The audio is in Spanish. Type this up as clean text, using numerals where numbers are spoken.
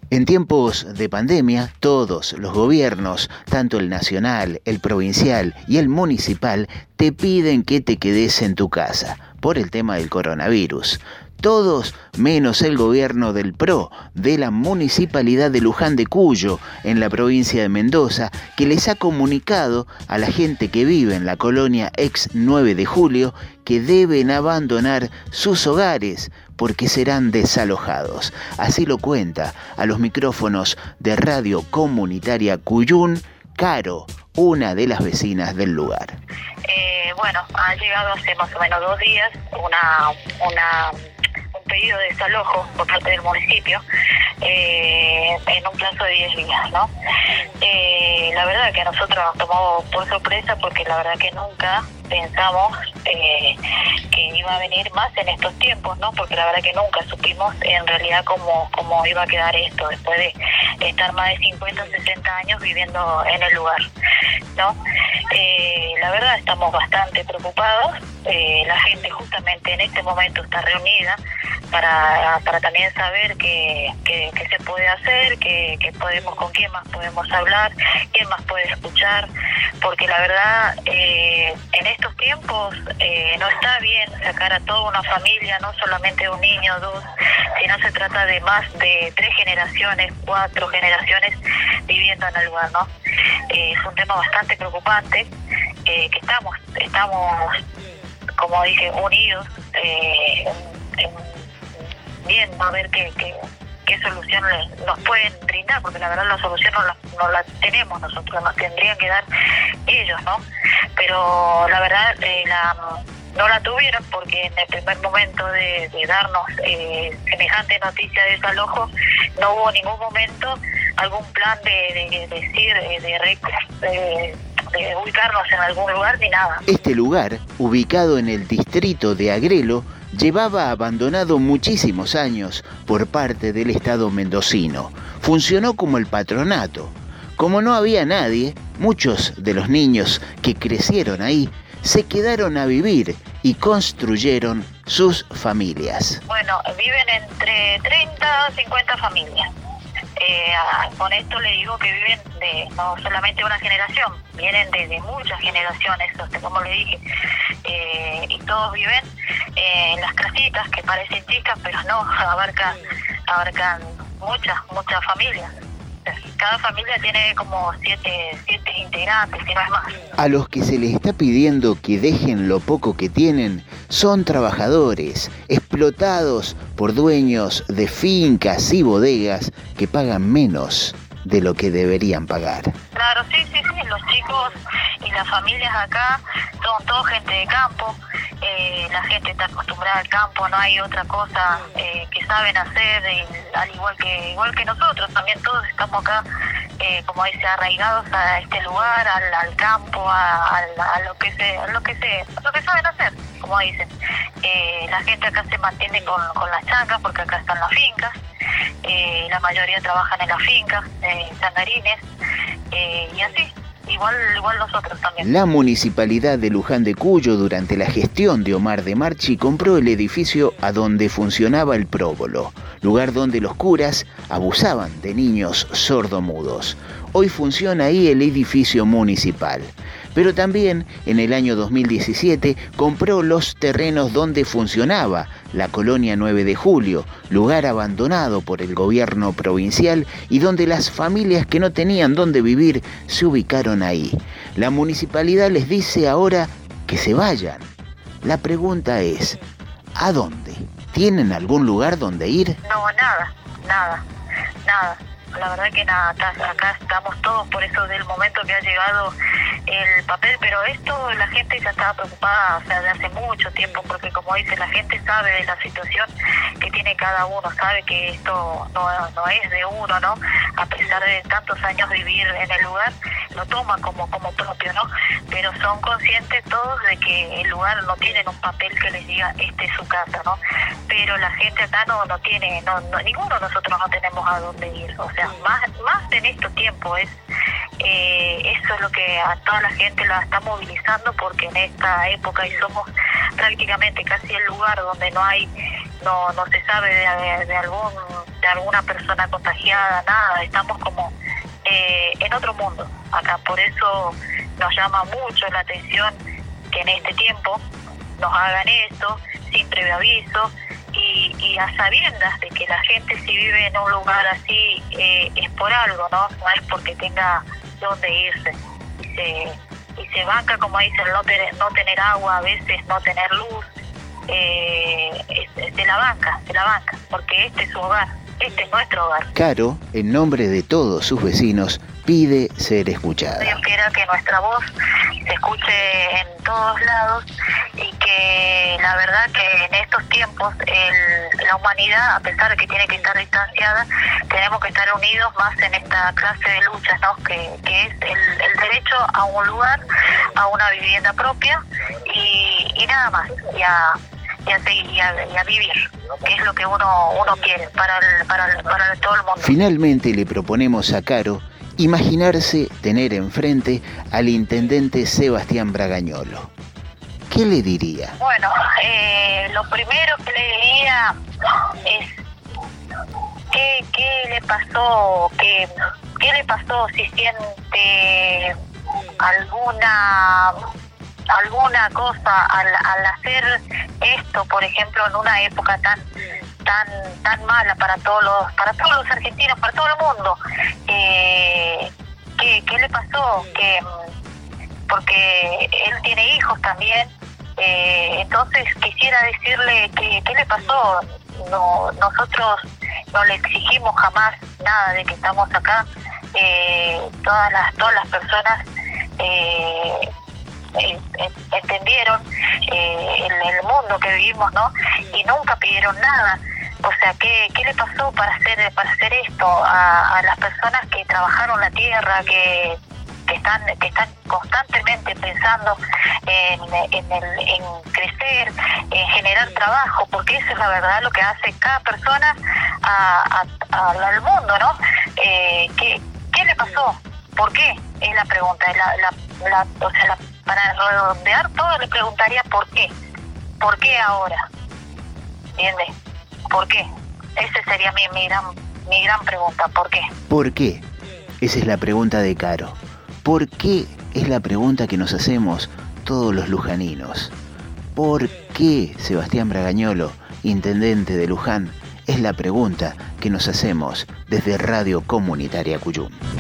En tiempos de pandemia, todos los gobiernos, tanto el nacional, el provincial y el municipal, te piden que te quedes en tu casa por el tema del coronavirus. Todos menos el gobierno del PRO de la Municipalidad de Luján de Cuyo, en la provincia de Mendoza, que les ha comunicado a la gente que vive en la colonia ex 9 de julio que deben abandonar sus hogares porque serán desalojados. Así lo cuenta a los micrófonos de Radio Comunitaria Cuyún, Caro, una de las vecinas del lugar. Bueno, ha llegado hace más o menos 2 días un pedido de desalojo por parte del municipio en un plazo de 10 días, ¿no? La verdad que a nosotros nos tomó por sorpresa porque la verdad que nunca pensamos que iba a venir más en estos tiempos, ¿no? Porque la verdad que nunca supimos en realidad cómo iba a quedar esto después de estar más de 50 o 60 años viviendo en el lugar, ¿no? La verdad estamos bastante preocupados. La gente justamente en este momento está reunida para también saber qué se puede hacer, qué podemos, con quién más podemos hablar, quién más puede escuchar, porque la verdad en estos tiempos no está bien sacar a toda una familia, no solamente un niño o 2, sino se trata de más de 3 generaciones, 4 generaciones viviendo en el lugar, ¿no? Es un tema bastante preocupante, que estamos como dije, unidos, viendo a ver qué solución nos pueden brindar, porque la verdad la solución no la tenemos nosotros, nos tendrían que dar ellos, ¿no? Pero la verdad no la tuvieron porque en el primer momento de darnos semejante noticia de desalojo no hubo ningún momento algún plan de ubicarnos en algún lugar ni nada. Este lugar, ubicado en el distrito de Agrelo, llevaba abandonado muchísimos años por parte del Estado mendocino. Funcionó como el patronato. Como no había nadie, muchos de los niños que crecieron ahí se quedaron a vivir y construyeron sus familias. Bueno, viven entre 30 a 50 familias. Con esto le digo que viven no solamente una generación, vienen de muchas generaciones, como le dije, y todos viven en las casitas que parecen chicas, pero no, abarcan muchas familias. Cada familia tiene como 7 integrantes, si no es más. A los que se les está pidiendo que dejen lo poco que tienen son trabajadores, explotados por dueños de fincas y bodegas que pagan menos de lo que deberían pagar. Claro, sí, los chicos y las familias acá son todos gente de campo. La gente está acostumbrada al campo, no hay otra cosa que saben hacer, al igual que nosotros, también todos estamos acá, como dice, arraigados a este lugar, al campo, a lo que saben hacer, como dicen. La gente acá se mantiene con las chancas porque acá están las fincas, la mayoría trabajan en las fincas, sangarines, y así. Igual nosotros también. La Municipalidad de Luján de Cuyo, durante la gestión de Omar de Marchi, compró el edificio a donde funcionaba el próbolo, lugar donde los curas abusaban de niños sordomudos. Hoy funciona ahí el edificio municipal. Pero también en el año 2017 compró los terrenos donde funcionaba la colonia 9 de Julio, lugar abandonado por el gobierno provincial y donde las familias que no tenían dónde vivir se ubicaron ahí. La municipalidad les dice ahora que se vayan. La pregunta es, ¿a dónde? ¿Tienen algún lugar donde ir? No, nada. La verdad que nada, acá estamos todos, por eso del momento que ha llegado el papel, pero esto la gente ya estaba preocupada, o sea, de hace mucho tiempo, porque como dice, la gente sabe de la situación que tiene cada uno, sabe que esto no es de uno, ¿no? A pesar de tantos años vivir en el lugar, lo toman como propio, ¿no? Pero son conscientes todos de que el lugar no tienen un papel que les diga este es su casa, ¿no? Pero la gente acá no tiene, ninguno de nosotros no tenemos a dónde ir, o sea, más en estos tiempos eso es lo que a toda la gente la está movilizando, porque en esta época y somos prácticamente casi el lugar donde no se sabe de alguna persona contagiada, nada, estamos como en otro mundo acá. Por eso nos llama mucho la atención que en este tiempo nos hagan esto sin previo aviso y a sabiendas de que la gente, si vive en un lugar así, es por algo, no es porque tenga dónde irse, y se banca, como dicen, no tener agua, a veces no tener luz, se la banca, porque este es su hogar, este es nuestro hogar. Caro, en nombre de todos sus vecinos, pide ser escuchada. Dios quiera que nuestra voz se escuche en todos lados, y que la verdad que en estos tiempos la humanidad, a pesar de que tiene que estar distanciada, tenemos que estar unidos más en esta clase de luchas, ¿no? Que es el derecho a un lugar, a una vivienda propia y nada más, y a vivir, que es lo que uno quiere para todo el mundo. Finalmente le proponemos a Caro imaginarse tener enfrente al intendente Sebastián Bragañolo. ¿Qué le diría? Bueno, lo primero que le diría es ¿qué le pasó? ¿Qué le pasó? Si siente alguna cosa al hacer esto, por ejemplo, en una época tan mala para todos los argentinos, para todo el mundo. ¿Qué le pasó? Porque él tiene hijos también, entonces quisiera decirle qué le pasó. Nosotros no le exigimos jamás nada de que estamos acá. Todas las personas entendieron el mundo que vivimos, ¿no? Y nunca pidieron nada. O sea, ¿qué le pasó para hacer esto a las personas que trabajaron la tierra, que están constantemente pensando en crecer, en generar trabajo? Porque eso es la verdad lo que hace cada persona al mundo, ¿no? ¿Qué le pasó? ¿Por qué? Es la pregunta. Para redondear todo, le preguntaría ¿por qué? ¿Por qué ahora? ¿Entiendes? ¿Por qué? Esa sería mi gran pregunta. ¿Por qué? ¿Por qué? Esa es la pregunta de Caro. ¿Por qué? Es la pregunta que nos hacemos todos los lujaninos. ¿Por qué Sebastián Bragañolo, intendente de Luján? Es la pregunta que nos hacemos desde Radio Comunitaria Cuyum.